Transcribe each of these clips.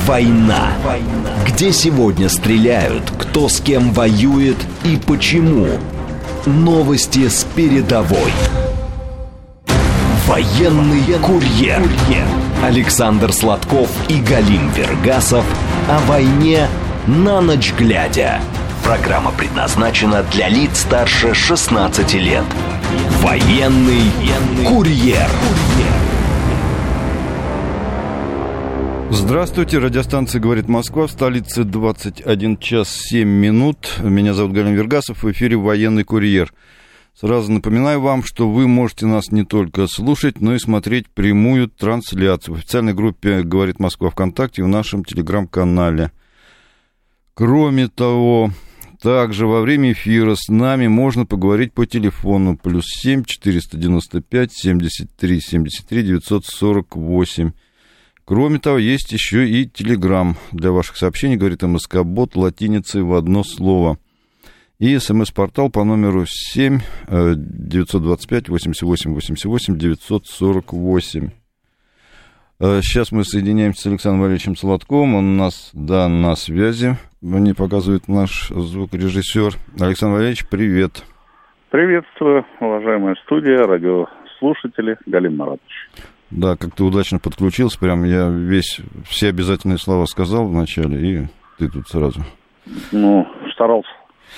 Война. Где сегодня стреляют, кто с кем воюет и почему. Новости с передовой. Военный курьер. Александр Сладков и Галим Вергасов о войне на ночь глядя. Программа предназначена для лиц старше 16 лет. Военный курьер. Здравствуйте, радиостанция «Говорит Москва», в столице 21 час 7 минут. Меня зовут Галим Вергасов, в эфире «Военный курьер». Сразу напоминаю вам, что вы можете нас не только слушать, но и смотреть прямую трансляцию в официальной группе «Говорит Москва» ВКонтакте и в нашем телеграм-канале. Кроме того, также во время эфира с нами можно поговорить по телефону +7 495 73 73 948. Кроме того, есть еще и телеграм для ваших сообщений, говорит МСК-бот, латиницей в одно слово. И СМС-портал по номеру 7 925 88 88 948. Сейчас мы соединяемся с Александром Валерьевичем Солодковым. Он у нас, на связи. Мне показывает наш звукорежиссер. Александр Валерьевич, привет. Приветствую, уважаемая студия, радиослушатели, Галим Маратович. Да, как ты удачно подключился, прям я все обязательные слова сказал вначале, и ты тут сразу. Ну, старался.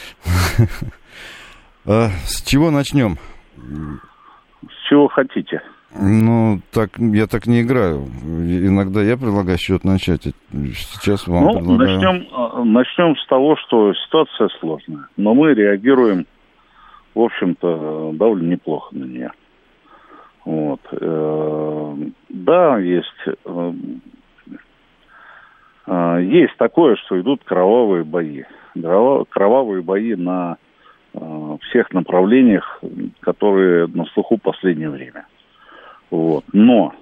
С чего начнем? С чего хотите? Ну, я так не играю. Иногда я предлагаю с чего-то начать. Сейчас вам предлагаю. Начнем с того, что ситуация сложная, но мы реагируем, в общем-то, довольно неплохо на нее. Вот. Да, есть такое, что идут кровавые бои. Кровавые бои на всех направлениях, которые на слуху в последнее время. Вот. Но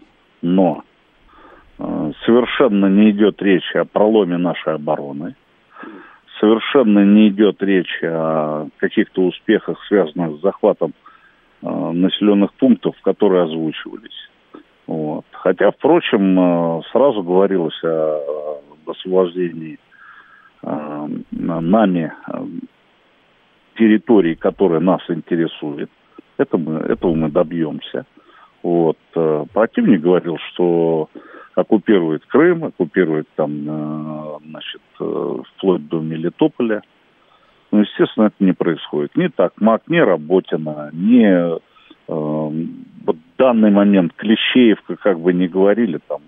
совершенно не идет речь о проломе нашей обороны. Совершенно не идет речь о каких-то успехах, связанных с захватом населенных пунктов, которые озвучивались. Вот. Хотя, впрочем, сразу говорилось о освобождении нами территорий, которые нас интересуют. Этого мы добьемся. Вот. Противник говорил, что оккупирует Крым, оккупирует там, вплоть до Мелитополя. Но, естественно, это не происходит. Ни Токмак, ни Работино, ни в данный момент Клещеевка, как бы ни говорили, там,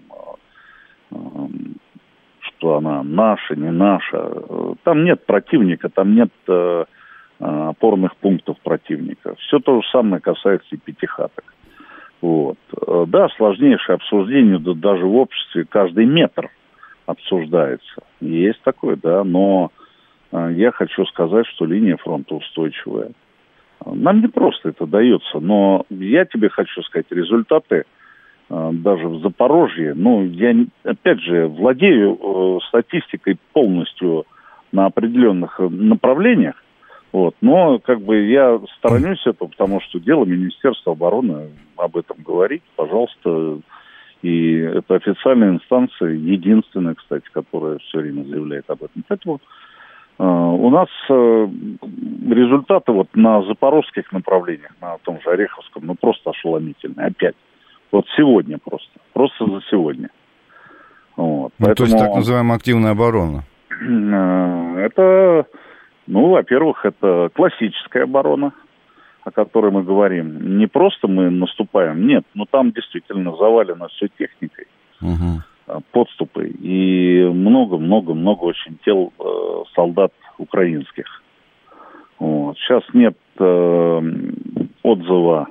что она наша, не наша. Там нет противника, там нет опорных пунктов противника. Все то же самое касается и пятихаток. Вот. Да, сложнейшее обсуждение, да, даже в обществе каждый метр обсуждается. Есть такое, да, но я хочу сказать, что линия фронта устойчивая. Нам не просто это дается, но я тебе хочу сказать, результаты даже в Запорожье, я, опять же, владею статистикой полностью на определенных направлениях, вот, но как бы я сторонюсь этого, потому что дело Министерства обороны об этом говорить, пожалуйста, и это официальная инстанция, единственная, кстати, которая все время заявляет об этом. Поэтому у нас результаты вот на запорожских направлениях, на том же Ореховском, просто ошеломительные. Опять. Вот сегодня просто за сегодня. Вот. Поэтому, то есть так называемая активная оборона? Это, во-первых, это классическая оборона, о которой мы говорим. Не просто мы наступаем, нет, там действительно завалено все техникой. Угу. Подступы и много-много-много очень тел солдат украинских. Вот. Сейчас нет отзыва,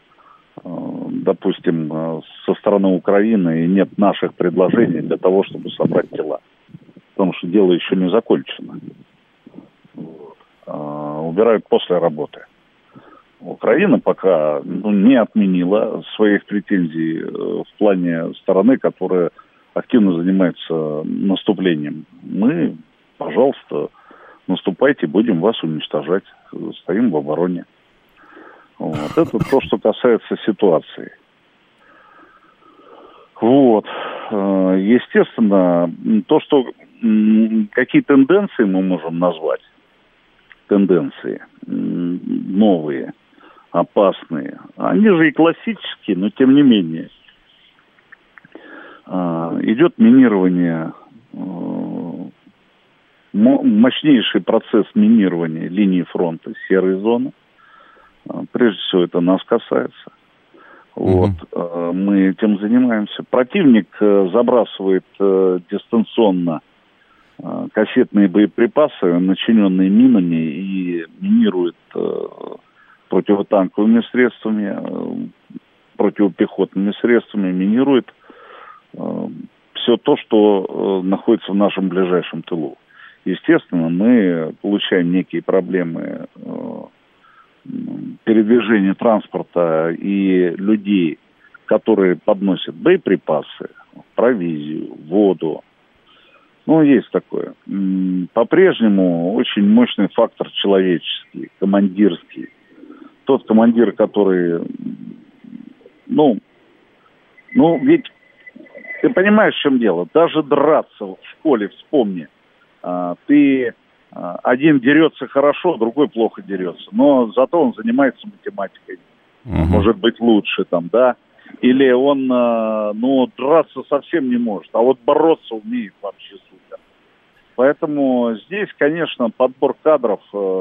допустим, со стороны Украины, и нет наших предложений для того, чтобы собрать тела. Потому что дело еще не закончено. Вот. Убирают после работы. Украина пока не отменила своих претензий в плане стороны, которая активно занимается наступлением. Мы, пожалуйста, наступайте, будем вас уничтожать. Стоим в обороне. Вот. Это то, что касается ситуации. Вот. естественно, то, что какие тенденции мы можем назвать, тенденции новые, опасные, они же и классические, но тем не менее. Идет минирование, мощнейший процесс минирования линии фронта, серой зоны. Прежде всего, это нас касается. Вот, мы этим занимаемся. Противник забрасывает дистанционно кассетные боеприпасы, начиненные минами, и минирует противотанковыми средствами, противопехотными средствами, минирует все то, что находится в нашем ближайшем тылу. Естественно, мы получаем некие проблемы передвижения транспорта и людей, которые подносят боеприпасы, провизию, воду. Ну, есть такое. По-прежнему очень мощный фактор человеческий, командирский. Тот командир, который... ведь ты понимаешь, в чем дело? Даже драться в школе, вспомни. Ты... Один дерется хорошо, другой плохо дерется. Но зато он занимается математикой. Может быть, лучше там, да? Или он, драться совсем не может. А вот бороться умеет вообще супер. Поэтому здесь, конечно, подбор кадров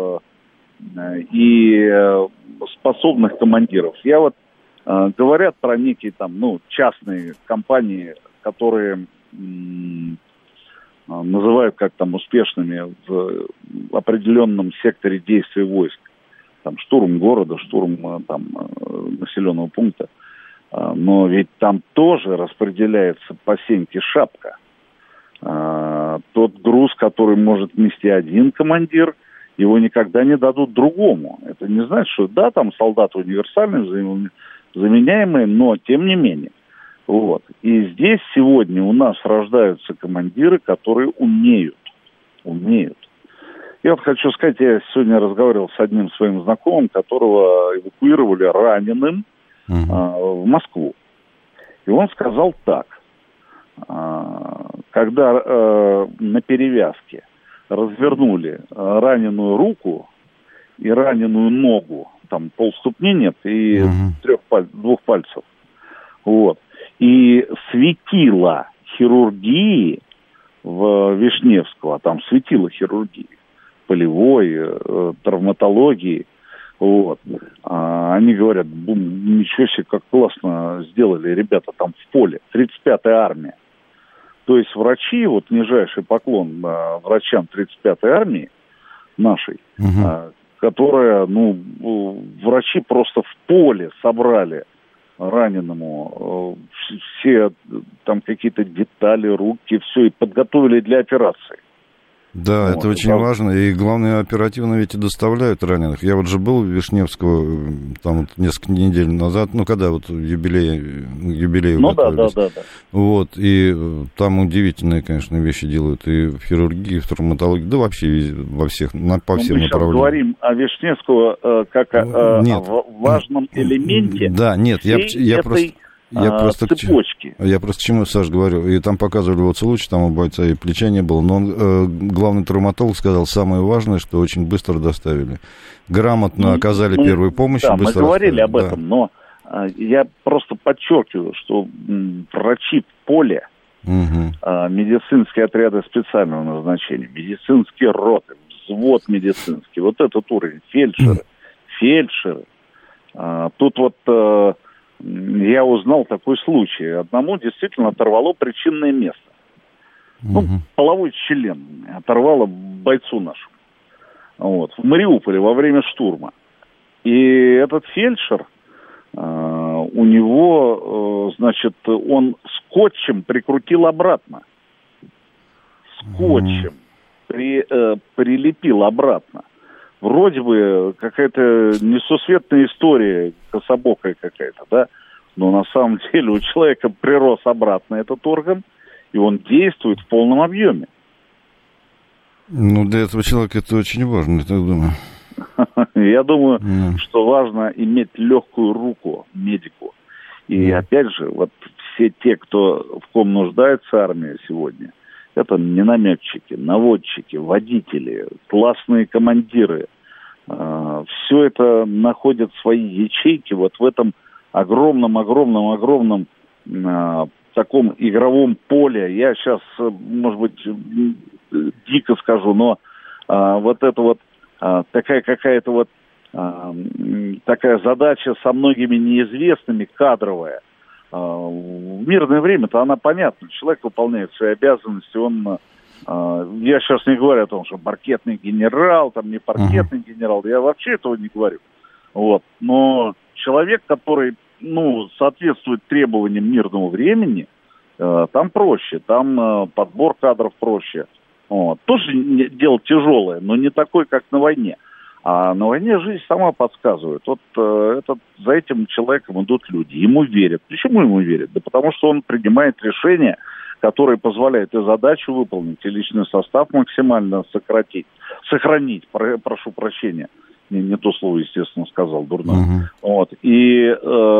и способных командиров. Говорят про некие там, частные компании, которые... называют как там успешными в определенном секторе действий войск. Там штурм города, штурм населенного пункта. Но ведь там тоже распределяется по сеньке шапка. Тот груз, который может нести один командир, его никогда не дадут другому. Это не значит, что да, там солдаты универсальные, заменяемые, но тем не менее. Вот. И здесь сегодня у нас рождаются командиры, которые умеют. Я вот хочу сказать, я сегодня разговаривал с одним своим знакомым, которого эвакуировали раненым в Москву. И он сказал так. Когда на перевязке развернули раненую руку и раненую ногу, там полступни нет и двух пальцев, вот. И светило хирургии в Вишневского, там светило хирургии, полевой, травматологии, вот. Они говорят, ничего себе, как классно сделали ребята там в поле, 35-я армия. То есть врачи, вот нижайший поклон врачам 35-й армии нашей, которая, врачи просто в поле собрали раненому все там какие-то детали, руки, все, и подготовили для операции. Да, вот, это очень важно, и главное, оперативно ведь и доставляют раненых. Я вот же был в Вишневского там вот несколько недель назад, когда вот юбилей готовились. Да. Вот, и там удивительные, конечно, вещи делают и в хирургии, и в травматологии, да вообще во всех, по всем направлениям. Мы сейчас говорим о Вишневского как о важном элементе. Да, нет, цепочки. Я просто к чему, Саш, говорю, и там показывали вот случай, там у бойца и плеча не было, но он, главный травматолог сказал, самое важное, что очень быстро доставили. Грамотно оказали первую помощь. Да, мы говорили об этом, но я просто подчеркиваю, что врачи в поле, медицинские отряды специального назначения, медицинские роты, взвод медицинский, вот этот уровень, фельдшеры. Тут вот... Я узнал такой случай. Одному действительно оторвало причинное место. Половой член оторвало бойцу нашему. Вот, в Мариуполе во время штурма. И этот фельдшер, у него, он скотчем прикрутил обратно. Прилепил обратно. Вроде бы какая-то несусветная история, кособокая какая-то, да? Но на самом деле у человека прирос обратно этот орган, и он действует в полном объеме. Для этого человека это очень важно, я так думаю. Я думаю, что важно иметь легкую руку медику. И опять же, вот все те, в ком нуждается армия сегодня, это минометчики, наводчики, водители, классные командиры. Все это находит свои ячейки вот в этом огромном таком игровом поле. Я сейчас, может быть, дико скажу, но вот это вот такая какая-то вот такая задача со многими неизвестными, кадровая. В мирное время-то она понятна. Человек выполняет свои обязанности, он... Я сейчас не говорю о том, что паркетный генерал, там не паркетный генерал, я вообще этого не говорю. Вот. Но человек, который, соответствует требованиям мирного времени, там проще, там подбор кадров проще. Вот. Тоже дело тяжелое, но не такое, как на войне. А на войне жизнь сама подсказывает. Вот за этим человеком идут люди, ему верят. Почему ему верят? Да потому что он принимает решения, которые позволяют и задачу выполнить, и личный состав максимально сохранить, прошу прощения. Не то слово, естественно, сказал, дурно. Вот. И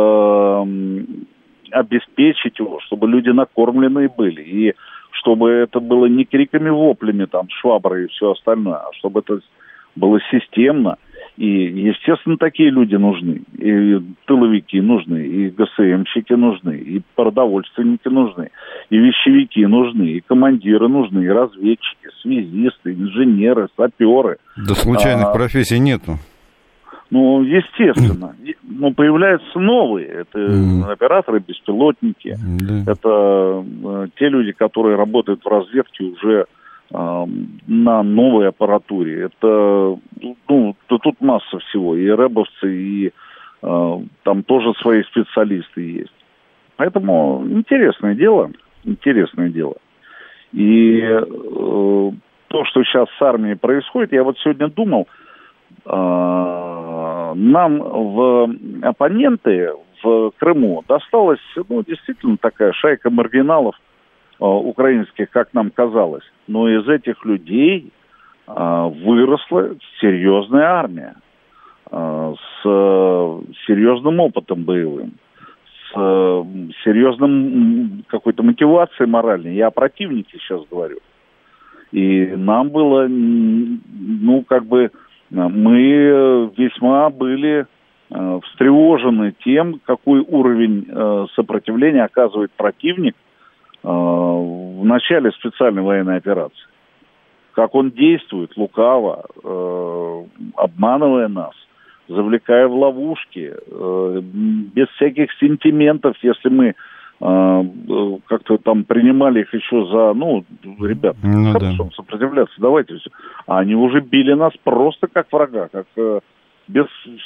обеспечить его, чтобы люди накормленные были, и чтобы это было не криками, воплями, там, шваброй и все остальное, а чтобы это было системно. И, естественно, такие люди нужны. И тыловики нужны, и ГСМщики нужны, и продовольственники нужны, и вещевики нужны, и командиры нужны, и разведчики, связисты, инженеры, саперы. Да случайных профессий нету. Естественно. Но появляются новые. Это операторы, беспилотники. Это те люди, которые работают в разведке уже на новой аппаратуре. Это, тут масса всего. И рэбовцы, и там тоже свои специалисты есть. Поэтому интересное дело. И то, что сейчас с армией происходит, я вот сегодня думал, нам в оппоненты в Крыму досталась, действительно такая шайка маргиналов украинских, как нам казалось. Но из этих людей выросла серьезная армия с серьезным опытом боевым, с серьезным какой-то мотивацией моральной. Я о противнике сейчас говорю. И нам было, мы весьма были встревожены тем, какой уровень сопротивления оказывает противник в начале специальной военной операции. Как он действует лукаво, обманывая нас, завлекая в ловушки, без всяких сентиментов, если мы как-то там принимали их еще за, ребят, хорошо, сопротивляться, давайте все. А они уже били нас просто как врага, как без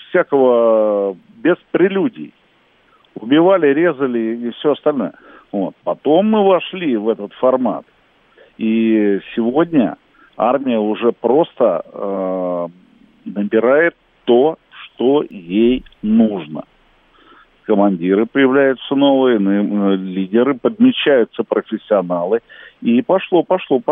прелюдий. Убивали, резали и все остальное. Вот. Потом мы вошли в этот формат. И сегодня армия уже просто набирает то, что ей нужно. Командиры появляются новые, лидеры, подмечаются профессионалы. И пошло.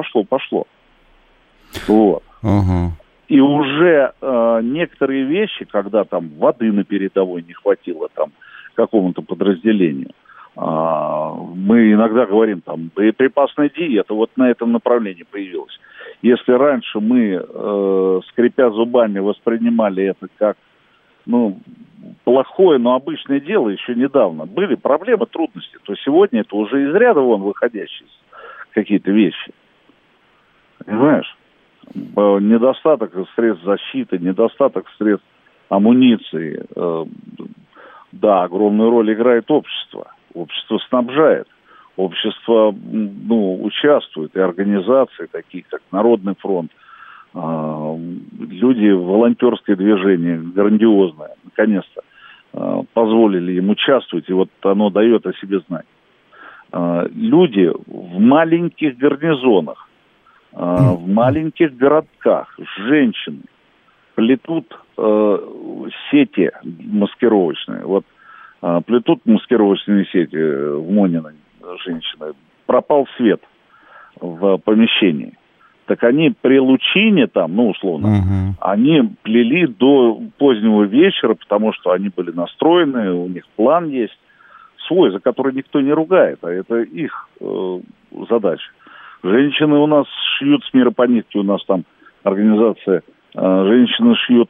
Вот. И уже некоторые вещи, когда там воды на передовой не хватило там какому-то подразделению, мы иногда говорим, там, боеприпасная диета вот на этом направлении появилась. Если раньше мы, скрипя зубами, воспринимали это как, плохое, но обычное дело еще недавно, были проблемы, трудности, то сегодня это уже из ряда вон выходящие какие-то вещи. Понимаешь? Недостаток средств защиты, недостаток средств амуниции. Да, огромную роль играет общество. Общество снабжает. Общество, участвует. И организации, такие как Народный фронт. Люди, волонтерское движение грандиозное, наконец-то позволили им участвовать, и вот оно дает о себе знать. Люди в маленьких гарнизонах, в маленьких городках, женщины плетут сети маскировочные. Вот плетут маскировочные сети в Монино женщины. Пропал свет в помещении. Так они при лучине там, условно, они плели до позднего вечера, потому что они были настроены, у них план есть свой, за который никто не ругает, а это их задача. Женщины у нас шьют с мира по нитке, у нас там организация, женщины шьют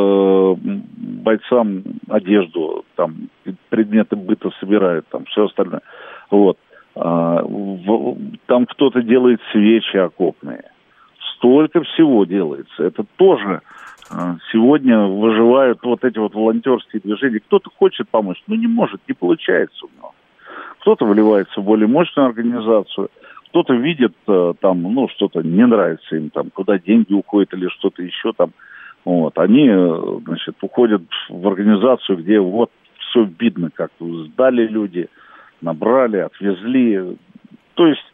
бойцам одежду, там предметы быта собирают, там все остальное. Вот. Там кто-то делает свечи окопные. Столько всего делается. Это тоже сегодня выживают вот эти вот волонтерские движения. Кто-то хочет помочь, но не может, не получается у него. Кто-то вливается в более мощную организацию, кто-то видит там, ну, что-то не нравится им, там, куда деньги уходят или что-то еще там. Вот. Они, значит, уходят в организацию, где вот все видно, как сдали люди, набрали, отвезли. То есть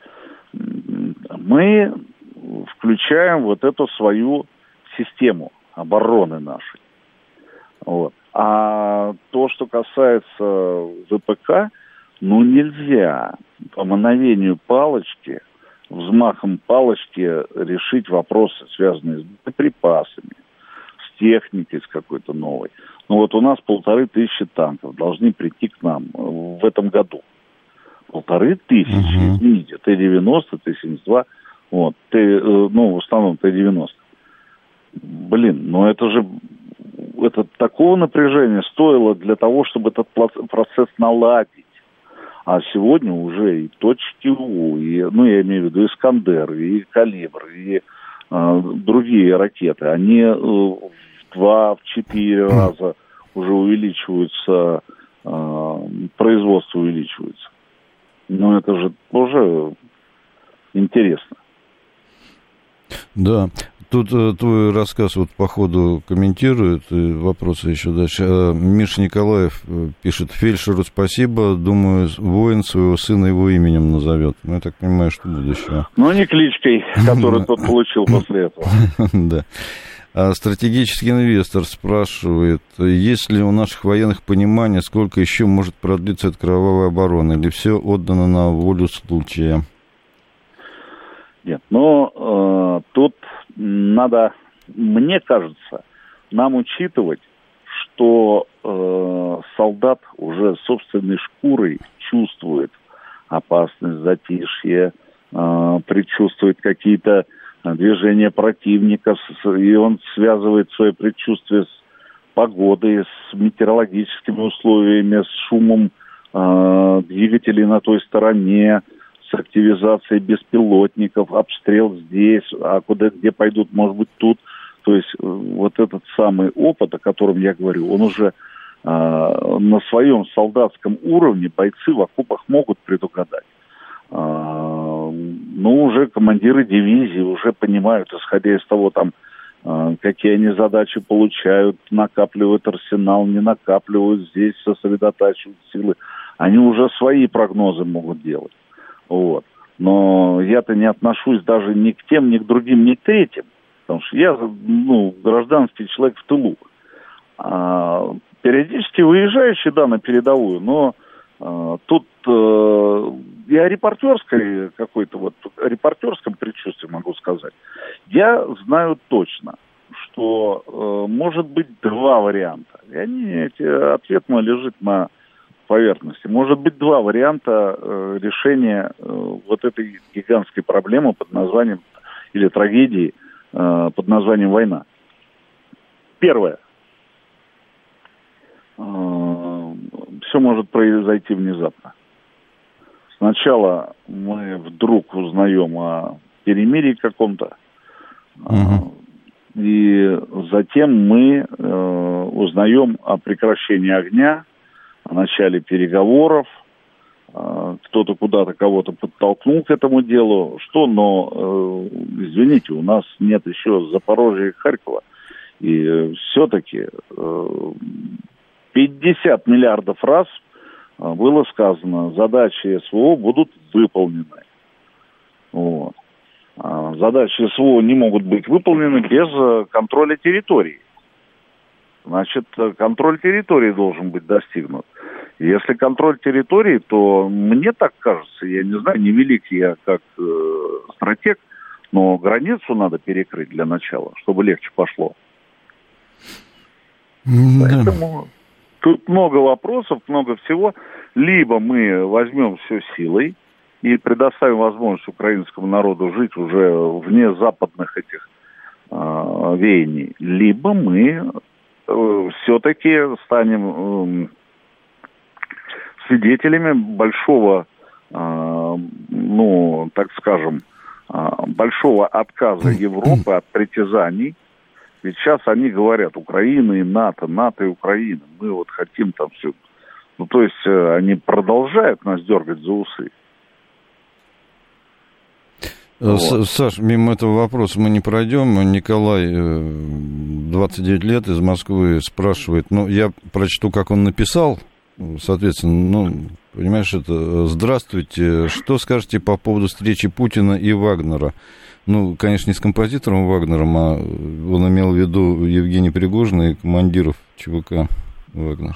мы включаем вот эту свою систему обороны нашей. Вот. А то, что касается ВПК, ну нельзя по мановению палочки, взмахом палочки решить вопросы, связанные с боеприпасами, с техникой, с какой-то новой. Ну вот у нас 1500 танков должны прийти к нам в этом году. 1500, извините, Т-90, Т-72, вот, ну, в основном Т-90. Блин, ну это же, это такого напряжения стоило для того, чтобы этот процесс наладить. А сегодня уже и точки У, и, ну, я имею в виду «Искандер», и «Калибр», и другие ракеты, они в 2-4 раза уже увеличиваются, производство увеличивается. Ну, это же тоже интересно. Да. Тут твой рассказ вот по ходу комментирует, и вопросы еще дальше. Миша Николаев пишет: фельдшеру спасибо, думаю, воин своего сына его именем назовет. Ну, я так понимаю, что будущего. Ну, не кличкой, которую тот получил после этого. Да. А стратегический инвестор спрашивает, есть ли у наших военных понимание, сколько еще может продлиться эта кровавая оборона, или все отдано на волю случая? Нет, но тут надо, мне кажется, нам учитывать, что солдат уже собственной шкурой чувствует опасность, затишье, предчувствует какие-то движения противника, и он связывает свое предчувствие с погодой, с метеорологическими условиями, с шумом двигателей на той стороне, с активизацией беспилотников, обстрел здесь, а где пойдут, может быть, тут. То есть вот этот самый опыт, о котором я говорю, он уже на своем солдатском уровне бойцы в окопах могут предугадать. Ну, уже командиры дивизии уже понимают, исходя из того, там, какие они задачи получают, накапливают арсенал, не накапливают здесь, сосредотачивают силы. Они уже свои прогнозы могут делать. Вот. Но я-то не отношусь даже ни к тем, ни к другим, ни к третьим. Потому что я, ну, гражданский человек в тылу. Периодически выезжающий, да, на передовую, но тут я о репортерской какой-то вот, о репортерском предчувствии могу сказать. Я знаю точно, что может быть два варианта. И ответ мой лежит на поверхности. Может быть два варианта решения вот этой гигантской проблемы под названием, или трагедии под названием война. Первое. Все может произойти внезапно. Сначала мы вдруг узнаем о перемирии каком-то, и затем мы узнаем о прекращении огня, о начале переговоров, кто-то куда-то кого-то подтолкнул к этому делу, но, извините, у нас нет еще Запорожья и Харькова, и все-таки 50 миллиардов раз было сказано, задачи СВО будут выполнены. Вот. Задачи СВО не могут быть выполнены без контроля территории. Значит, контроль территории должен быть достигнут. Если контроль территории, то мне так кажется, я не знаю, не велик я как стратег, но границу надо перекрыть для начала, чтобы легче пошло. Поэтому Тут много вопросов, много всего. Либо мы возьмем все силой и предоставим возможность украинскому народу жить уже вне западных этих веяний, либо мы все-таки станем свидетелями большого, так скажем, большого отказа Европы от притязаний. Ведь сейчас они говорят: Украина и НАТО, НАТО и Украина. Мы вот хотим там все. Ну, то есть они продолжают нас дергать за усы. Вот. Саш, мимо этого вопроса мы не пройдем. Николай, 29 лет, из Москвы, спрашивает. Я прочту, как он написал. Соответственно, понимаешь, это «Здравствуйте, что скажете по поводу встречи Путина и Вагнера?» Конечно, не с композитором Вагнером, а он имел в виду Евгений Пригожин и командиров ЧВК Вагнер.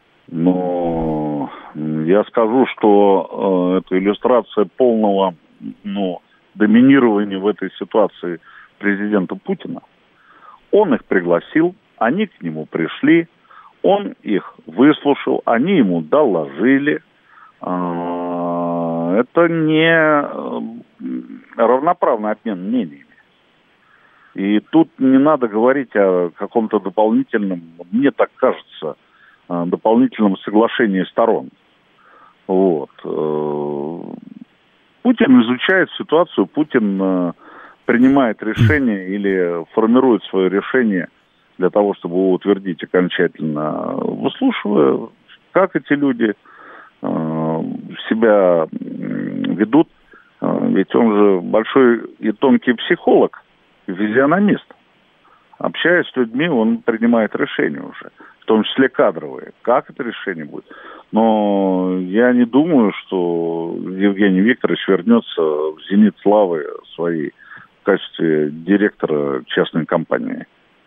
Я скажу, что это иллюстрация полного, доминирования в этой ситуации президента Путина. Он их пригласил, они к нему пришли, он их выслушал, они ему доложили. Это не равноправный обмен мнениями. И тут не надо говорить о каком-то дополнительном, мне так кажется, дополнительном соглашении сторон. Вот. Путин изучает ситуацию, Путин принимает решение или формирует свое решение для того, чтобы его утвердить окончательно, выслушивая, как эти люди себя ведут. Ведь он же большой и тонкий психолог, физиономист. Общаясь с людьми, он принимает решения уже, в том числе кадровые. Как это решение будет? Но я не думаю, что Евгений Викторович вернется в зенит славы своей в качестве директора частной компании.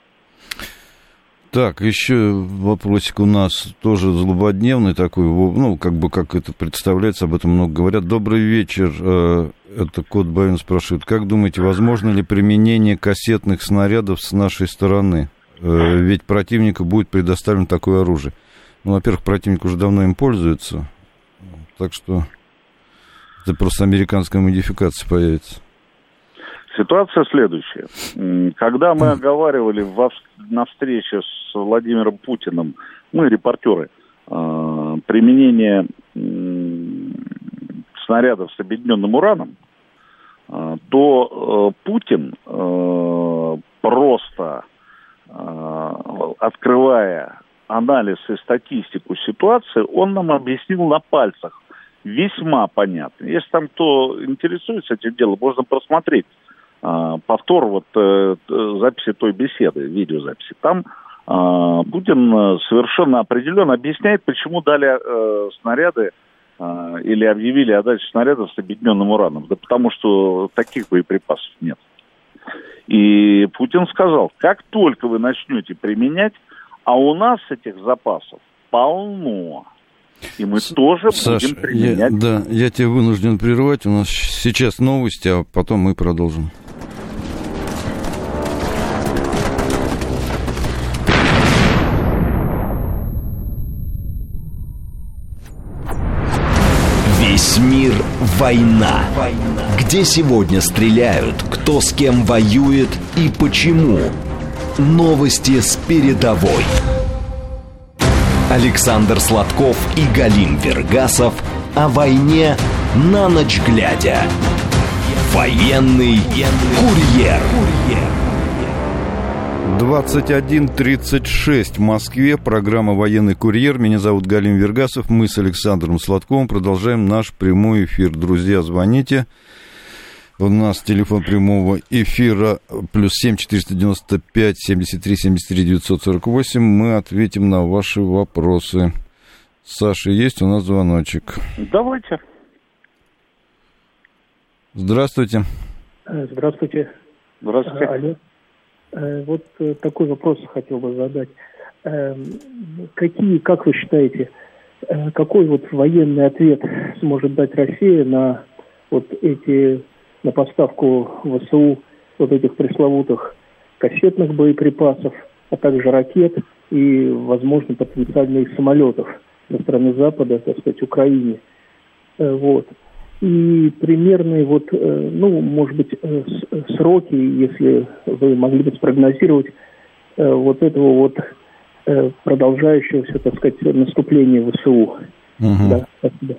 Так, еще вопросик у нас тоже злободневный такой, как это представляется, об этом много говорят. Добрый вечер, это Кот Бавин спрашивает, как думаете, возможно ли применение кассетных снарядов с нашей стороны? Ведь противнику будет предоставлено такое оружие. Во-первых, противник уже давно им пользуется, так что это просто американская модификация появится. Ситуация следующая. Когда мы оговаривали на встрече с Владимиром Путиным, мы, репортеры, применение снарядов с объединенным ураном, то Путин, просто открывая анализ и статистику ситуации, он нам объяснил на пальцах. Весьма понятно. Если там кто интересуется этим делом, можно просмотреть повтор записи той беседы, видеозаписи. Там Путин совершенно определенно объясняет, почему дали снаряды или объявили о даче снарядов с объединенным ураном. Да потому что таких боеприпасов нет. И Путин сказал, как только вы начнете применять, а у нас этих запасов полно, и мы тоже будем применять. Я тебя вынужден прервать. У нас сейчас новости, а потом мы продолжим. Весь мир – война. Где сегодня стреляют, кто с кем воюет и почему. Новости с передовой. Александр Сладков и Галим Вергасов о войне на ночь глядя. Военный курьер. 21:36 в Москве. Программа «Военный курьер». Меня зовут Галим Вергасов. Мы с Александром Сладковым продолжаем наш прямой эфир. Друзья, звоните. У нас телефон прямого эфира +7 495 73 73 948. Мы ответим на ваши вопросы. Саша, есть у нас звоночек? Давайте. Здравствуйте. Здравствуйте. Здравствуйте. Алло. Вот такой вопрос хотел бы задать. Как вы считаете, какой военный ответ сможет дать Россия на на поставку ВСУ этих пресловутых кассетных боеприпасов, а также ракет и, возможно, потенциальных самолетов со стороны Запада, так сказать, Украине. Вот. И примерные может быть, сроки, если вы могли бы спрогнозировать вот этого вот продолжающегося, так сказать, наступления ВСУ. Да, спасибо.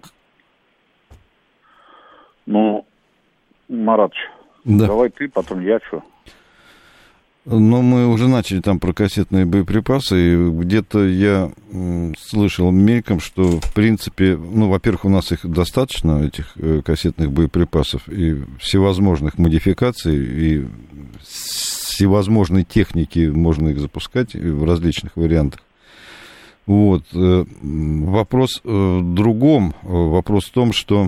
Ну, Маратович, давай ты, потом я что. Но мы уже начали там про кассетные боеприпасы, и где-то я слышал мельком, что, в принципе, во-первых, у нас их достаточно, этих кассетных боеприпасов, и всевозможных модификаций, и всевозможной техники можно их запускать в различных вариантах. Вот. Вопрос в другом. Вопрос в том, что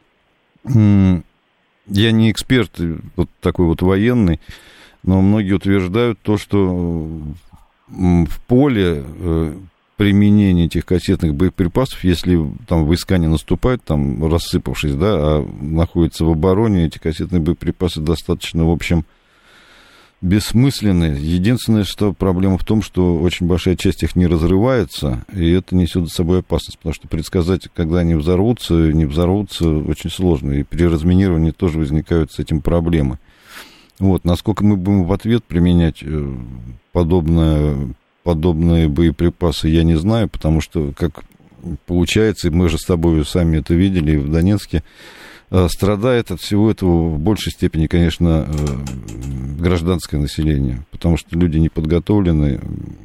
я не эксперт, вот такой вот военный, но многие утверждают то, что в поле применения этих кассетных боеприпасов, если там войска не наступают, там рассыпавшись, да, а находятся в обороне, эти кассетные боеприпасы достаточно, в общем, бессмысленны. Единственное, что проблема в том, что очень большая часть их не разрывается, и это несет за собой опасность, потому что предсказать, когда они взорвутся, не взорвутся, очень сложно, и при разминировании тоже возникают с этим проблемы. Вот, насколько мы будем в ответ применять подобные боеприпасы, я не знаю, потому что, как получается, и мы же с тобой сами это видели в Донецке, страдает от всего этого в большей степени, конечно, гражданское население, потому что люди не подготовлены,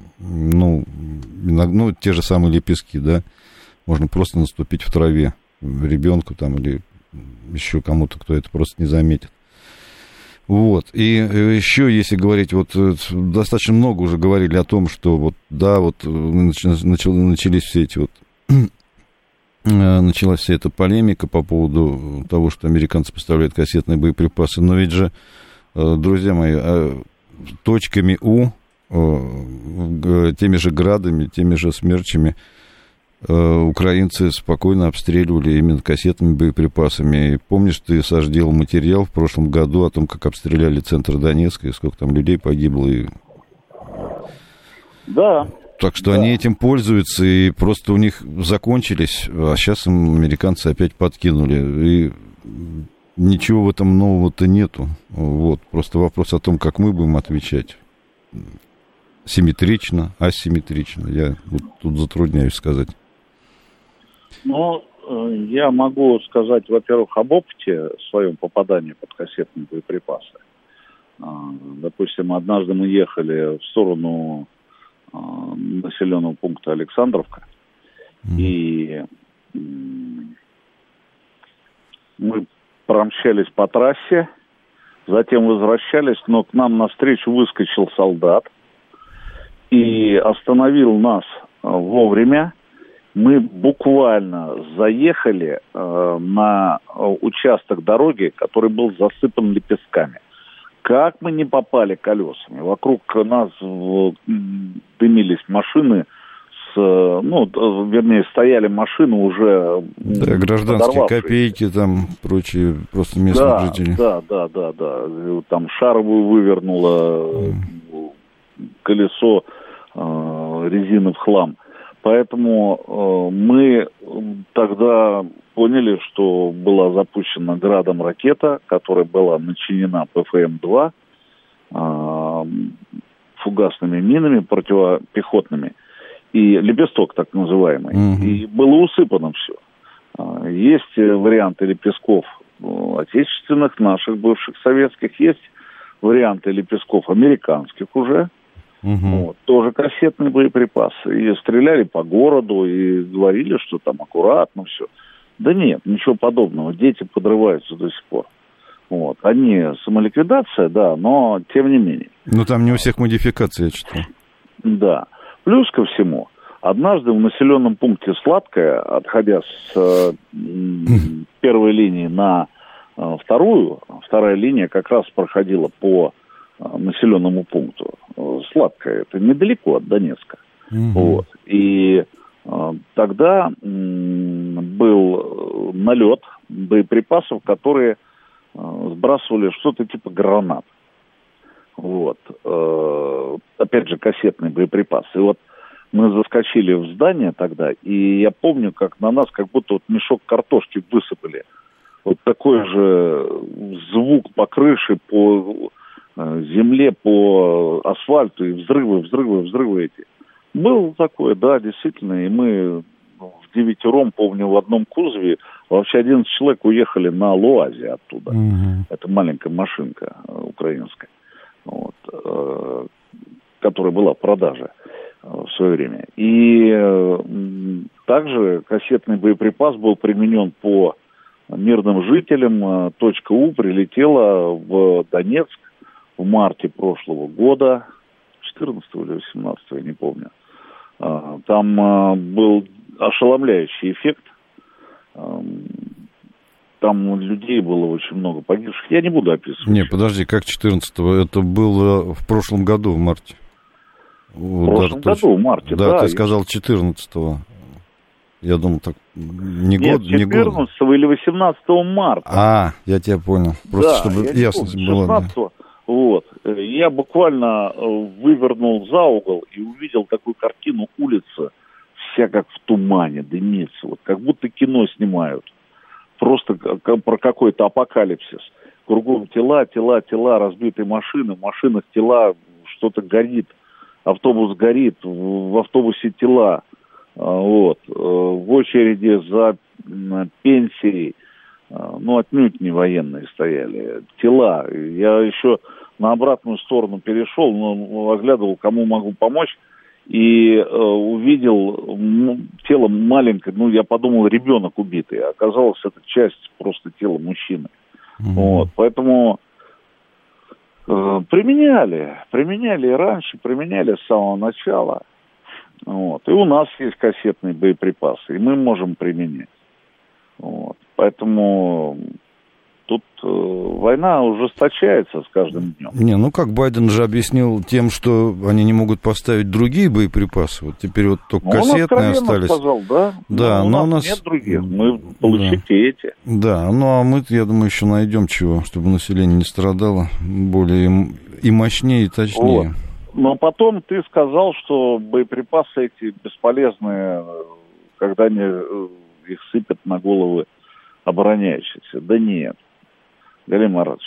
те же самые лепестки, да, можно просто наступить в траве ребенку там или еще кому-то, кто это просто не заметит. Вот, и еще, если говорить, вот достаточно много уже говорили о том, что начались все эти вот, началась вся эта полемика по поводу того, что американцы поставляют кассетные боеприпасы, но ведь же, друзья мои, точками У, теми же градами, теми же смерчами украинцы спокойно обстреливали именно кассетными боеприпасами. И помнишь, ты, Саш, делал материал в прошлом году о том, как обстреляли центр Донецка, и сколько там людей погибло. Да. Так что они этим пользуются, и просто у них закончились, а сейчас им американцы опять подкинули. И ничего в этом нового-то нету. Вот. Просто вопрос о том, как мы будем отвечать. Симметрично, асимметрично. Я вот тут затрудняюсь сказать. Ну, я могу сказать, во-первых, об опыте своем попадании под кассетные боеприпасы. Допустим, однажды мы ехали в сторону населенного пункта Александровка, и мы промчались по трассе, затем возвращались, но к нам навстречу выскочил солдат и остановил нас вовремя. Мы буквально заехали на участок дороги, который был засыпан лепестками. Как мы не попали колесами? Вокруг нас дымились машины, стояли машины уже гражданские копейки, там, прочие, просто местные жители. Да. Там шаровую вывернуло колесо, резины в хлам. Поэтому мы тогда поняли, что была запущена градом ракета, которая была начинена ПФМ-2, фугасными минами противопехотными, и лепесток так называемый. И было усыпано все. Есть варианты лепестков отечественных, наших, бывших советских, есть варианты лепестков американских уже. Вот, тоже кассетные боеприпасы. И стреляли по городу, и говорили, что там аккуратно все. Да нет, ничего подобного. Дети подрываются до сих пор. Вот. Они самоликвидация, да, но тем не менее. Ну, там не у всех модификации, я читал. Да. Плюс ко всему, однажды в населенном пункте Сладкое, отходя с первой линии на вторую, вторая линия как раз проходила по населенному пункту. Сладкое, это недалеко от Донецка. Вот. И тогда был налет боеприпасов, которые сбрасывали что-то типа гранат. Вот. Опять же, кассетный боеприпас. И вот мы заскочили в здание тогда, и я помню, как на нас как будто вот мешок картошки высыпали. Вот такой же звук по крыше, по земле, по асфальту, и взрывы эти. Было такое, да, действительно, и мы в 9-ром, помню, в одном кузове, вообще 11 человек уехали на Луазе оттуда. Это маленькая машинка украинская, вот, которая была в продаже в свое время. И также кассетный боеприпас был применен по мирным жителям. Точка У прилетела в Донецк в марте прошлого года, 14 или 18, я не помню. Там был ошеломляющий эффект. Там людей было очень много погибших. Я не буду описывать. Не, подожди, как 14-го? Это было в прошлом году, в марте. В прошлом году, в марте, да. Да, ты сказал 14-го. Я думал, так не год, 14 или 18 марта. Я тебя понял. Просто да, чтобы ясность была. 16-го. Вот. Я буквально вывернул за угол и увидел такую картину: улица вся как в тумане, дымится. Вот как будто кино снимают. Просто про какой-то апокалипсис. Кругом тела, разбитые машины, в машинах тела, что-то горит. Автобус горит, в автобусе тела. Вот. В очереди за пенсией, отнюдь не военные стояли. Тела. Я еще на обратную сторону перешел, но оглядывал, кому могу помочь, и увидел тело маленькое, я подумал, ребенок убитый, а оказалось, это часть просто тела мужчины. Вот, поэтому применяли и раньше, применяли с самого начала. Вот, и у нас есть кассетные боеприпасы, и мы можем применять. Вот, поэтому тут война ужесточается с каждым днем. Как Байден же объяснил тем, что они не могут поставить другие боеприпасы. Вот теперь вот только кассетные остались. Сказал, да? Да, но у нас нет других. Мы получите эти. Да, а мы, я думаю, еще найдем чего, чтобы население не страдало более и мощнее, и точнее. Вот. Но потом ты сказал, что боеприпасы эти бесполезные, когда они их сыпят на головы обороняющихся. Да нет. Галим Маратович,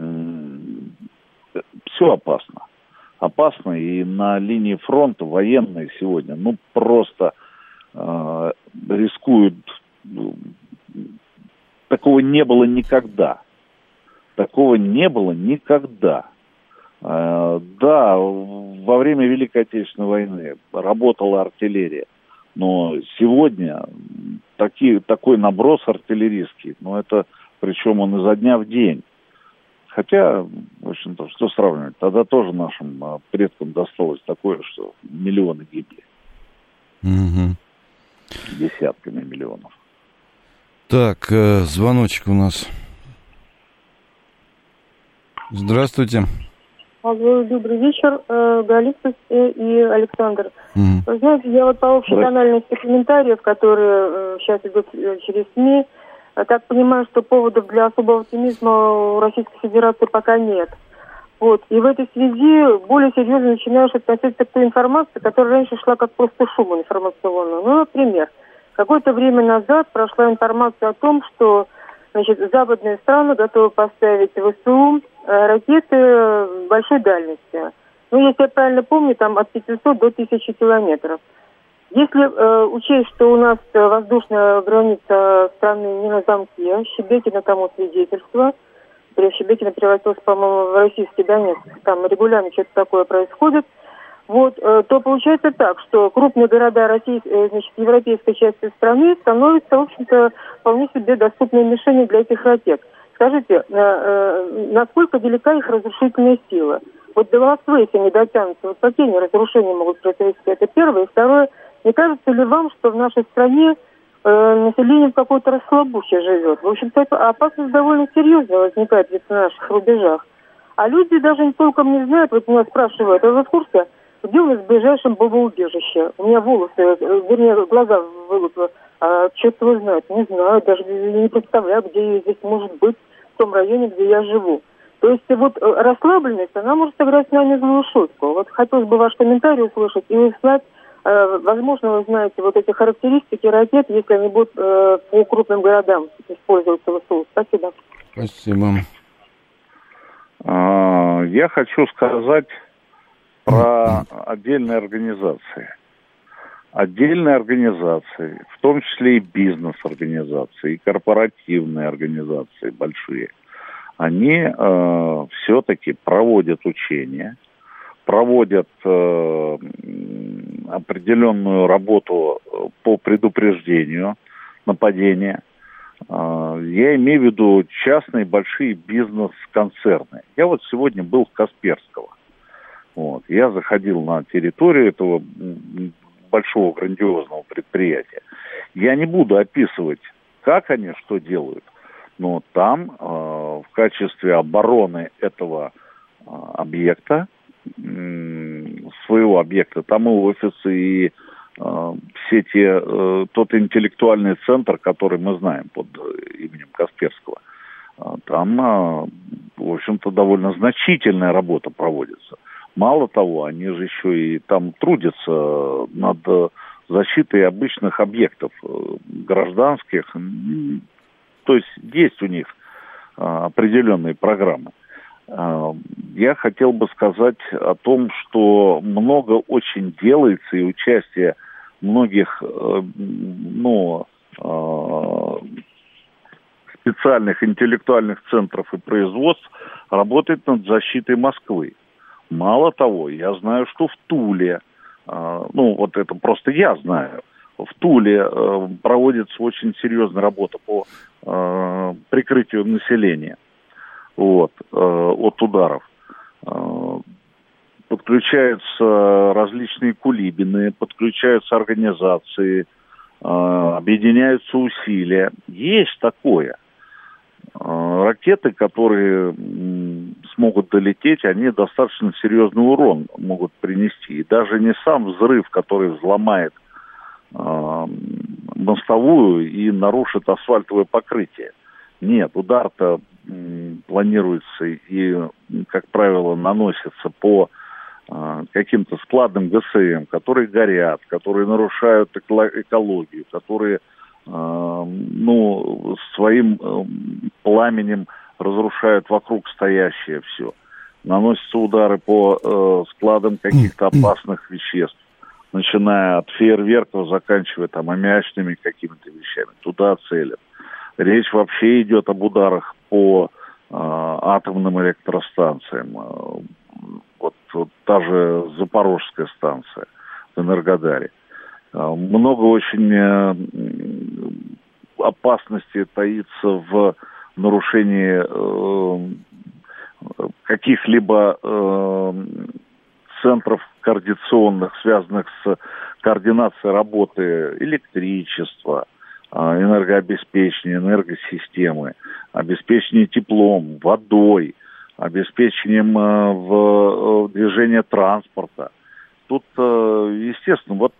все опасно. Опасно, и на линии фронта военные сегодня, просто рискуют. Такого не было никогда. Да, во время Великой Отечественной войны работала артиллерия, но сегодня такой наброс артиллерийский, это причем он изо дня в день. Хотя, в общем-то, что сравнивать? Тогда тоже нашим предкам досталось такое, что миллионы гибли. Десятками миллионов. Так, звоночек у нас. Здравствуйте. Добрый вечер, Галица и Александр. Вы знаете, я по общей тональности комментариев, которые сейчас идут через СМИ, так понимаю, что поводов для особого оптимизма у Российской Федерации пока нет. Вот. И в этой связи более серьезно начинаешь относиться к той информации, которая раньше шла как просто шум информационный. Например, какое-то время назад прошла информация о том, что западные страны готовы поставить в ВСУ ракеты большой дальности. Если я правильно помню, там от 500 до 1000 километров. Если учесть, что у нас воздушная граница страны не на замке, Щебетино тому свидетельство, Щебетино превратился, по-моему, в российский Донецк, там регулярно что-то такое происходит, то получается так, что крупные города европейской части страны становятся, в общем-то, вполне себе доступной мишенью для этих ракет. Скажите, насколько велика их разрушительная сила? До Москвы, если не дотянутся, какие они разрушения могут произойти? Это первое. И второе, не кажется ли вам, что в нашей стране население в какой-то расслабухе живет? В общем-то, опасность довольно серьезная возникает ведь на наших рубежах. А люди даже не толком не знают, меня спрашивают, а вы в курсе, где у нас в ближайшем бомбоубежище? У меня глаза вылупило. Черт его знает, не знаю, даже не представляю, где здесь может быть, в том районе, где я живу. То есть вот расслабленность, она может сыграть с нами злую шутку. Вот хотелось бы ваш комментарий услышать и узнать, возможно, вы знаете вот эти характеристики ракет, если они будут по крупным городам использоваться в ВСУ. Спасибо. Спасибо. Я хочу сказать про отдельные организации. Отдельные организации, в том числе и бизнес-организации, и корпоративные организации большие, они все-таки проводят учения, проводят определенную работу по предупреждению нападения. Я имею в виду частные большие бизнес-концерны. Я вот сегодня был в Касперского. Вот. Я заходил на территорию этого большого грандиозного предприятия. Я не буду описывать, как они что делают, но там в качестве обороны этого объекта, своего объекта, там и офисы, и все тот интеллектуальный центр, который мы знаем под именем Касперского, там, в общем-то, довольно значительная работа проводится. Мало того, они же еще и там трудятся над защитой обычных объектов гражданских. То есть у них определенные программы. Я хотел бы сказать о том, что много очень делается, и участие многих специальных интеллектуальных центров и производств работает над защитой Москвы. Мало того, я знаю, что в Туле, вот это просто я знаю, в Туле проводится очень серьезная работа по прикрытию населения от ударов. Подключаются различные кулибины, подключаются организации, объединяются усилия. Есть такое. Ракеты, которые смогут долететь, они достаточно серьезный урон могут принести. И даже не сам взрыв, который взломает мостовую и нарушит асфальтовое покрытие. Нет, удар-то планируется и, как правило, наносится по каким-то складным ГСМ, которые горят, которые нарушают экологию, которые своим пламенем разрушают вокруг стоящее все. Наносятся удары по складам каких-то опасных веществ, начиная от фейерверков, заканчивая там аммиачными какими-то вещами. Туда целят. Речь вообще идет об ударах по атомным электростанциям. Вот та же Запорожская станция в Энергодаре. Много очень опасностей таится в нарушении каких-либо центров координационных, связанных с координацией работы электричества, энергообеспечения, энергосистемы, обеспечения теплом, водой, обеспечением в движения транспорта. Тут, естественно,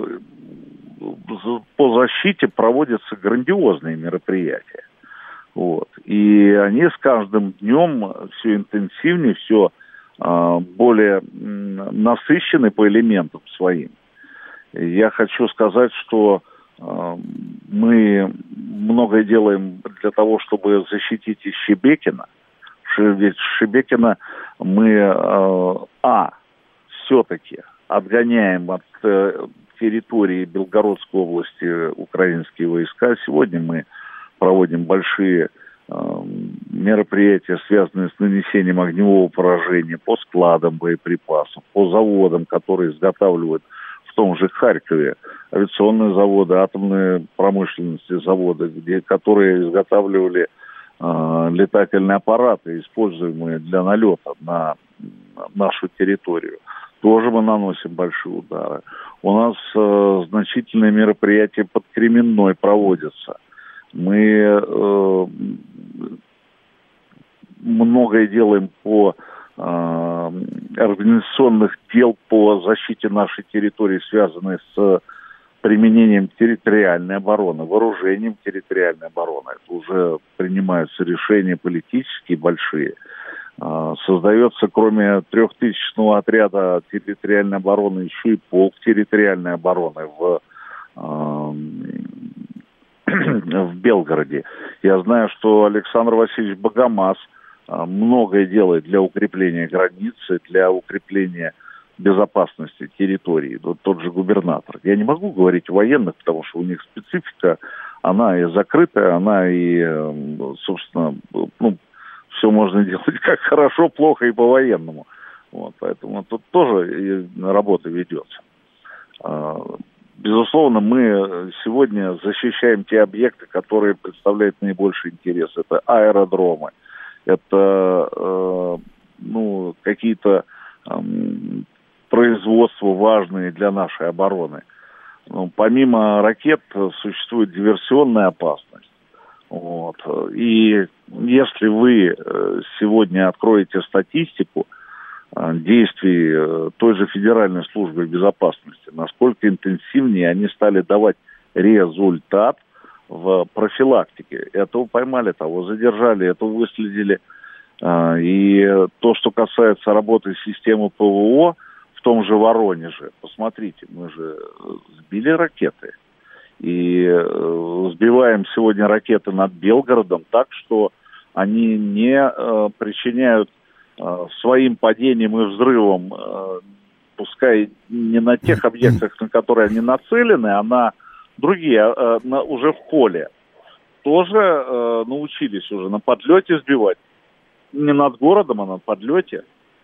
по защите проводятся грандиозные мероприятия. Вот. И они с каждым днем все интенсивнее, все более насыщены по элементам своим. Я хочу сказать, что мы многое делаем для того, чтобы защитить и Шебекино. Ведь Шебекино мы все-таки отгоняем от территории Белгородской области украинские войска. Сегодня мы проводим большие мероприятия, связанные с нанесением огневого поражения по складам боеприпасов, по заводам, которые изготавливают в том же Харькове авиационные заводы, атомные промышленности заводы, которые изготавливали летательные аппараты, используемые для налета на нашу территорию. Тоже мы наносим большие удары. У нас значительные мероприятия под Кременной проводятся. Мы многое делаем по организационных дел по защите нашей территории, связанные с применением территориальной обороны, вооружением территориальной обороны. Это уже принимаются решения политические большие. Создается, кроме 3000-го отряда территориальной обороны, еще и полк территориальной обороны в Белгороде. Я знаю, что Александр Васильевич Богомаз многое делает для укрепления границы, для укрепления безопасности территории. Вот тот же губернатор. Я не могу говорить о военных, потому что у них специфика, она и закрытая, она и, собственно, все можно делать как хорошо, плохо и по-военному. Вот, поэтому тут тоже работа ведется. Безусловно, мы сегодня защищаем те объекты, которые представляют наибольший интерес. Это аэродромы, это какие-то производства важные для нашей обороны. Помимо ракет существует диверсионная опасность. Вот. И если вы сегодня откроете статистику действий той же Федеральной службы безопасности, насколько интенсивнее они стали давать результат в профилактике. Этого поймали, того задержали, этого выследили. И то, что касается работы системы ПВО в том же Воронеже, посмотрите, мы же сбили ракеты. И сбиваем сегодня ракеты над Белгородом так, что они не причиняют своим падением и взрывом, пускай не на тех объектах, на которые они нацелены, а на другие, уже в поле. Тоже научились уже на подлете сбивать. Не над городом, а на подлете.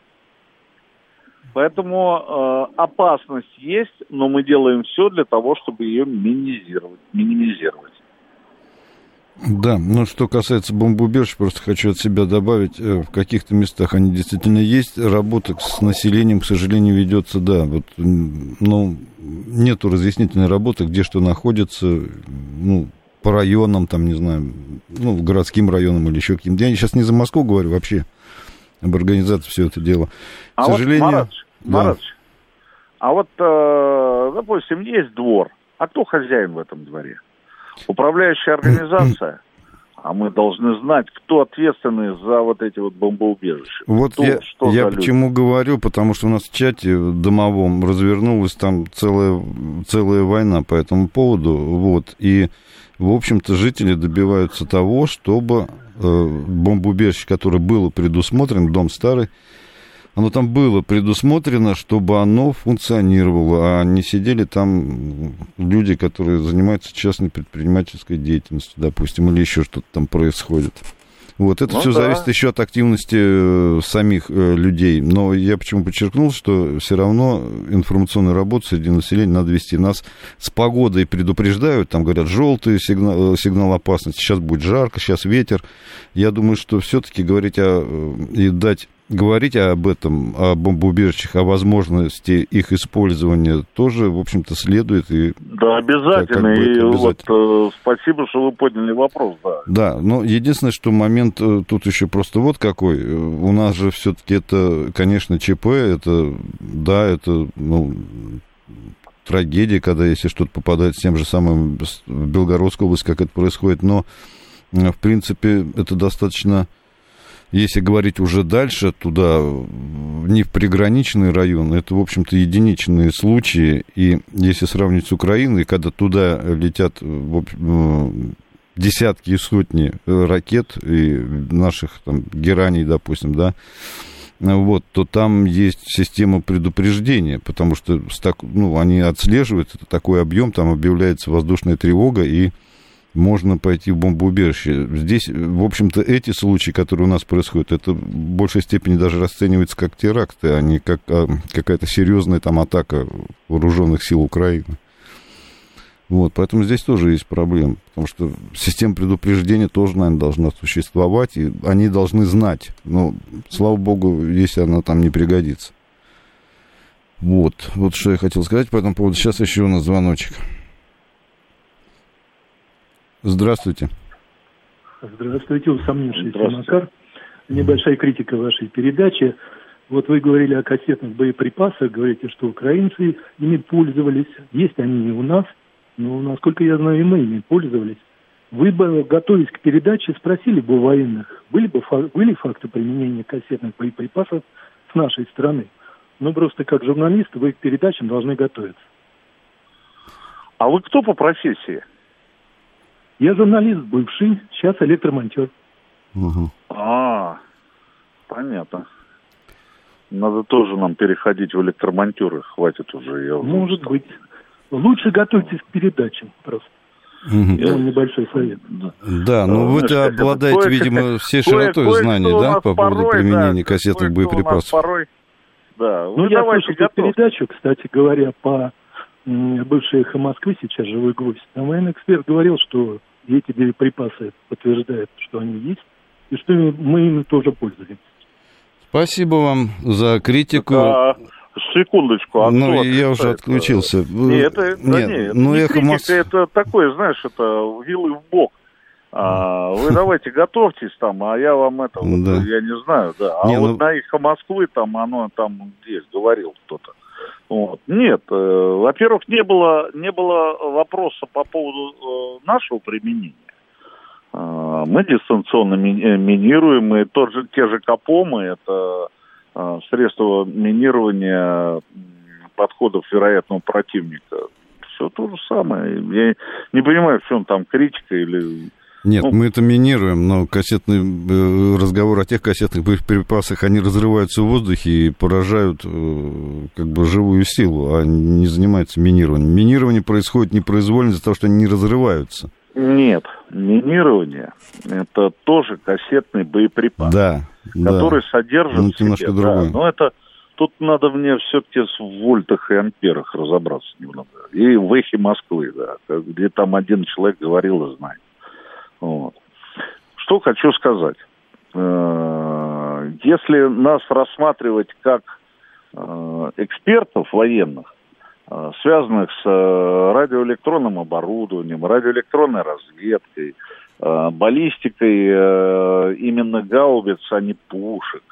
Поэтому опасность есть, но мы делаем все для того, чтобы ее минимизировать. Да, что касается бомбоубежищ, просто хочу от себя добавить, в каких-то местах они действительно есть, работа с населением, к сожалению, ведется, да, нету разъяснительной работы, где что находится, по районам, там, не знаю, городским районам или еще каким-то. Я сейчас не за Москву говорю вообще, об организации все это дело. К сожалению... Маратович, допустим, есть двор, а кто хозяин в этом дворе? Управляющая организация, а мы должны знать, кто ответственный за вот эти вот бомбоубежища. Вот я почему говорю, потому что у нас в чате домовом развернулась там целая война по этому поводу, и, в общем-то, жители добиваются того, чтобы бомбоубежище, которое было предусмотрено, дом старый, оно там было предусмотрено, чтобы оно функционировало, а не сидели там люди, которые занимаются частной предпринимательской деятельностью, допустим, или еще что-то там происходит. Вот это все зависит еще от активности самих людей. Но я почему подчеркнул, что все равно информационную работу среди населения надо вести. Нас с погодой предупреждают, там говорят, желтый сигнал опасности, сейчас будет жарко, сейчас ветер. Я думаю, что все-таки говорить об этом, о бомбоубежищах, о возможности их использования тоже, в общем-то, следует. Да, обязательно. Обязательно. Спасибо, что вы подняли вопрос. Да, но единственное, что момент тут еще просто вот какой. У нас же все-таки это, конечно, ЧП, это трагедия, когда если что-то попадает с тем же самым в Белгородскую область, как это происходит. Но, в принципе, это достаточно... Если говорить уже дальше, туда, не в приграничные районы, это, в общем-то, единичные случаи. И если сравнить с Украиной, когда туда летят десятки и сотни ракет, и наших там гераний, допустим, да, то там есть система предупреждения, потому что они отслеживают, это такой объем, там объявляется воздушная тревога, и можно пойти в бомбоубежище. Здесь, в общем-то, эти случаи, которые у нас происходят, это в большей степени даже расценивается как теракты, а не как какая-то серьезная там атака вооруженных сил Украины. Поэтому здесь тоже есть проблемы, потому что система предупреждения тоже, наверное, должна существовать, и они должны знать. Но, слава богу, если она там не пригодится. Вот что я хотел сказать по этому поводу. Сейчас еще у нас звоночек. Здравствуйте. Здравствуйте, усомнившийся Макар. Небольшая критика вашей передачи. Вот вы говорили о кассетных боеприпасах, говорите, что украинцы ими пользовались. Есть они и у нас, но, насколько я знаю, и мы ими пользовались. вы бы, готовясь к передаче, спросили бы у военных, были факты применения кассетных боеприпасов с нашей стороны. Ну, просто как журналист вы к передачам должны готовиться. А вы кто по профессии? Я журналист бывший, сейчас электромонтер. Угу. Понятно. Надо тоже нам переходить в электромонтеры, хватит уже. Может быть. Лучше готовьтесь к передачам просто. Небольшой совет. Да, но вы-то обладаете, видимо, всей широтой знаний, да, по поводу применения кассетных боеприпасов. Да. Ну, я слушал передачу, кстати говоря, по бывшей «Эхо Москвы», сейчас «Живой гвоздь». Там военный эксперт говорил, что эти боеприпасы подтверждают, что они есть, и что мы ими тоже пользуемся. Спасибо вам за критику. Секундочку. Ну, я уже отключился. Нет, не критика, это такое, знаешь, это вилы в бок. Вы давайте готовьтесь там, а я вам это, я не знаю, да. На «Эхо Москвы» там оно там есть, говорил кто-то. Вот. Нет, во-первых, не было вопроса по поводу нашего применения. Мы дистанционно минируем, и те же КАПОМы, это средства минирования подходов вероятного противника. Все то же самое. Я не понимаю, в чем там критика или... Нет, мы это минируем, но кассетный разговор о тех кассетных боеприпасах, они разрываются в воздухе и поражают как бы живую силу, а не занимаются минированием. Минирование происходит непроизвольно из-за того, что они не разрываются. Нет, минирование – это тоже кассетный боеприпас, который содержит в себе. Немножко другое. Но это тут надо мне все-таки в вольтах и амперах разобраться немного. И в «Эхе Москвы», да, где там один человек говорил и знает. Вот. Что хочу сказать. Если нас рассматривать как экспертов военных, связанных с радиоэлектронным оборудованием, радиоэлектронной разведкой, баллистикой именно гаубиц, а не пушек,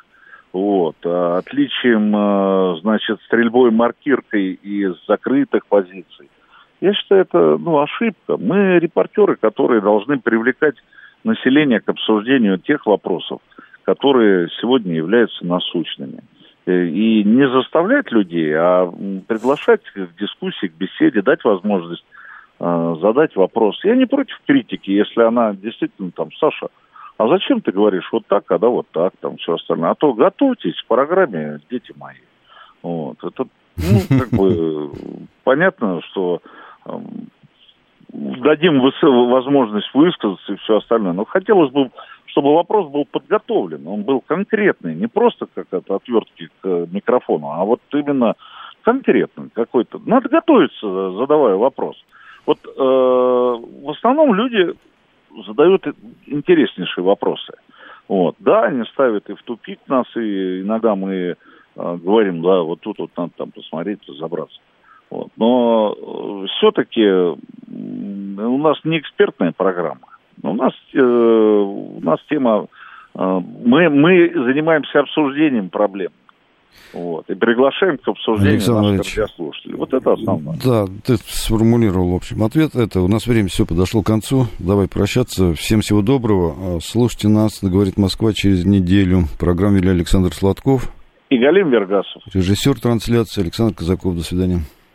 отличием, значит, стрельбой маркиркой из закрытых позиций, я считаю, это ошибка. Мы репортеры, которые должны привлекать население к обсуждению тех вопросов, которые сегодня являются насущными. И не заставлять людей, а приглашать к дискуссии, к беседе, дать возможность задать вопрос. Я не против критики, если она действительно там, Саша, а зачем ты говоришь вот так, а да вот так, там все остальное. А то готовьтесь к программе, дети мои. Вот. Это, как бы понятно, что дадим возможность высказаться и все остальное. Но хотелось бы, чтобы вопрос был подготовлен, он был конкретный, не просто как это отвертки к микрофону, а вот именно конкретный какой-то. Надо готовиться, задавая вопрос. Вот в основном люди задают интереснейшие вопросы. Вот. Да, они ставят и в тупик нас, и иногда мы говорим, да, вот тут вот надо там посмотреть, разобраться. Вот. Но все-таки у нас не экспертная программа. У нас тема... Мы занимаемся обсуждением проблем. Вот. И приглашаем к обсуждению наших радиослушателей. Вот это основное. Да, ты сформулировал, в общем, ответ. У нас время все подошло к концу. Давай прощаться. Всем всего доброго. Слушайте нас, говорит Москва, через неделю. В программе вели Александр Сладков и Галим Вергасов. Режиссер трансляции Александр Казаков. До свидания.